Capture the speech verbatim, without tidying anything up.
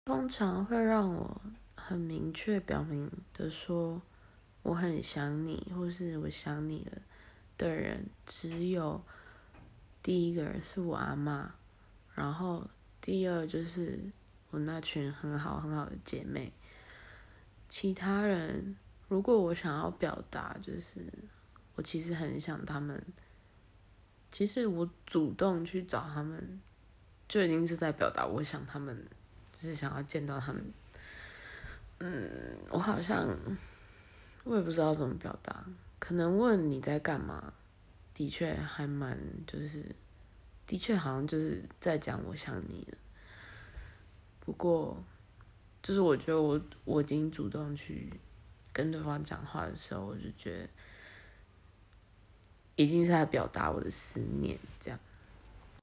通常会让我很明确表明的说我很想你，或是我想你了的人，只有第一个人是我阿嬷，然后第二就是我那群很好很好的姐妹。其他人，如果我想要表达，就是我其实很想他们，其实我主动去找他们，就已经是在表达我想他们，就是想要见到他们。嗯，我好像我也不知道怎么表达，可能问你在干嘛，的确还蛮就是，的确好像就是在讲我想你了。不过，就是我觉得我我已经主动去跟对方讲话的时候，我就觉得已经是在表达我的思念，这样。